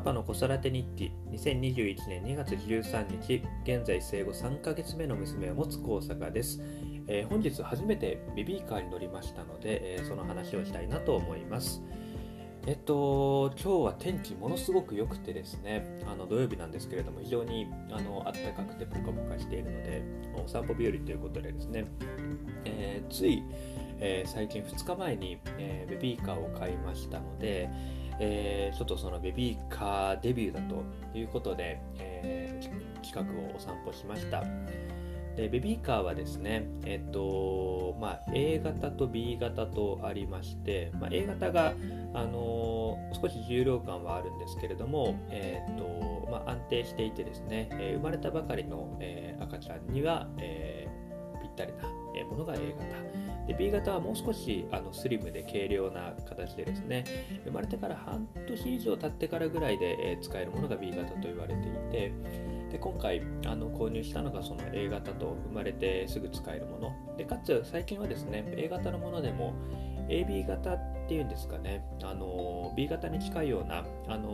パの子育て日記2021年2月13日、現在生後3ヶ月目の娘を持つ高坂です。本日初めてベビーカーに乗りましたので、その話をしたいなと思います。今日は天気ものすごく良くてですね、土曜日なんですけれども、非常に暖かくてポカポカしているので、お散歩日和ということでですね、つい、最近2日前に、ベビーカーを買いましたので、ちょっとそのベビーカーデビューだということで、近くをお散歩しました。でベビーカーはですね、A 型と B 型とありまして、A 型が、少し重量感はあるんですけれども、安定していてですね、生まれたばかりの、赤ちゃんには、ぴったりなものが A 型で、 B 型はもう少しスリムで軽量な形でですね、生まれてから半年以上経ってからぐらいで、使えるものが B 型と言われていて、で今回購入したのがその A 型と生まれてすぐ使えるもので、かつ最近はですね A 型のものでも AB 型っていうんですかね、B 型に近いような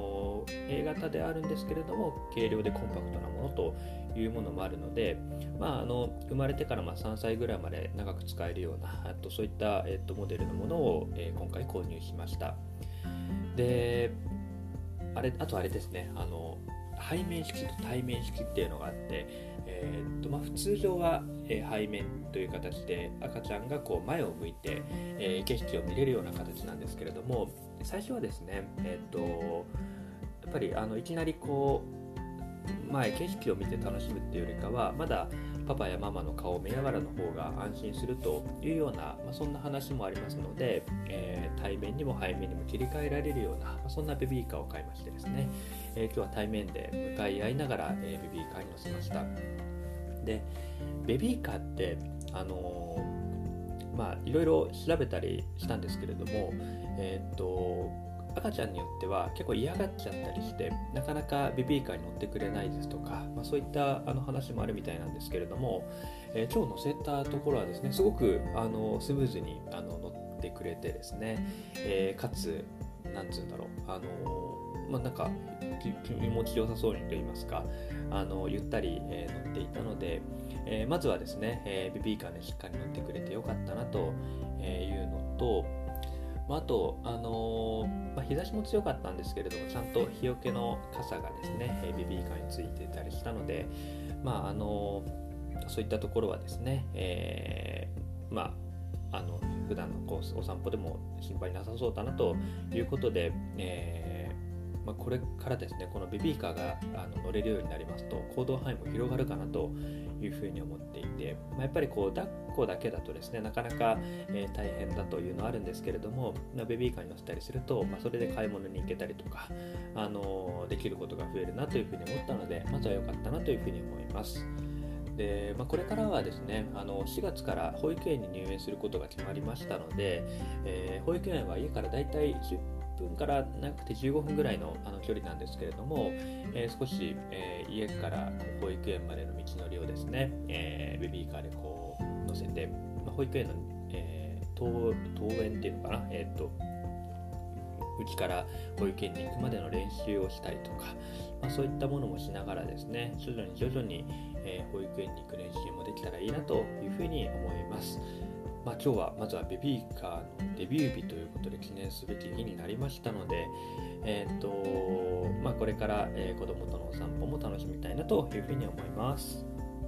A 型であるんですけれども軽量でコンパクトなものというものもあるので、生まれてから3歳ぐらいまで長く使えるようなそういった、モデルのものを、今回購入しました。であとあれですね、背面式と対面式っていうのがあって、普通上は、背面という形で赤ちゃんがこう前を向いて、景色を見れるような形なんですけれども、最初はですね、やっぱりいきなりこう景色を見て楽しむっていうよりかは、まだパパやママの顔を見ながらの方が安心するというような、そんな話もありますので、対面にも背面にも切り替えられるような、そんなベビーカーを買いましてですね、今日は対面で向かい合いながら、ベビーカーに乗せました。でベビーカーっていろいろ調べたりしたんですけれども、赤ちゃんによっては結構嫌がっちゃったりして、なかなかベビーカーに乗ってくれないですとか、そういった話もあるみたいなんですけれども、今日乗せたところはですね、すごくスムーズに乗ってくれてですね、かつなんつうんだろう、なんか気持ちよさそうにと言いますか、ゆったり、乗っていたので、まずはですね、ベビーカーにしっかり乗ってくれてよかったなというのと、あと、日差しも強かったんですけれども、ちゃんと日よけの傘がですね、ベビーカーについてたりしたので、そういったところはですね、普段のお散歩でも心配なさそうだなということで、これからですね、このベビーカーが乗れるようになりますと行動範囲も広がるかなというふうに思っていて、やっぱり抱っこだけだとですね、なかなか、大変だというのはあるんですけれども、ベビーカーに乗せたりすると、それで買い物に行けたりとか、できることが増えるなというふうに思ったので、まずは良かったなというふうに思います。でこれからはですね、4月から保育園に入園することが決まりましたので、保育園は家からだいたい10分からなくて15分ぐらいの距離なんですけれども、少し、家から保育園までの道のりをですね、ベビーカーでこう乗せて、保育園の、登園っていうのかな、うちから保育園に行くまでの練習をしたりとか、そういったものもしながらですね、徐々に、保育園に行く練習もできたらいいなというふうに思います。今日はまずはベビーカーのデビュー日ということで記念すべき日になりましたので、これから、子供とのお散歩も楽しみたいなというふうに思います。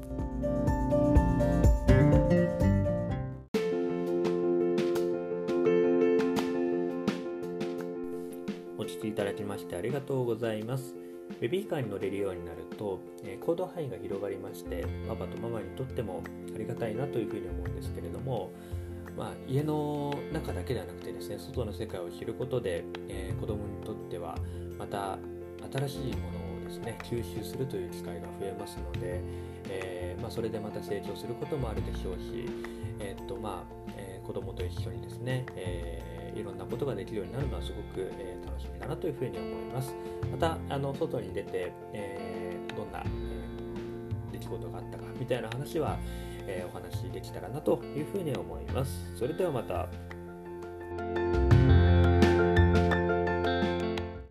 お聞きいただきましてありがとうございます。ベビーカーに乗れるようになると、行動範囲が広がりまして、パパとママにとってもありがたいなというふうに思うんですけれども、家の中だけではなくてですね、外の世界を知ることで、子供にとってはまた新しいものをですね吸収するという機会が増えますので、それでまた成長することもあるでしょうし、子供と一緒にですね、いろんなことができるようになるのはすごく、楽しみだなというふうに思います。また外に出て、どんな、出来事があったかみたいな話は、お話しできたらなというふうに思います。それではまた。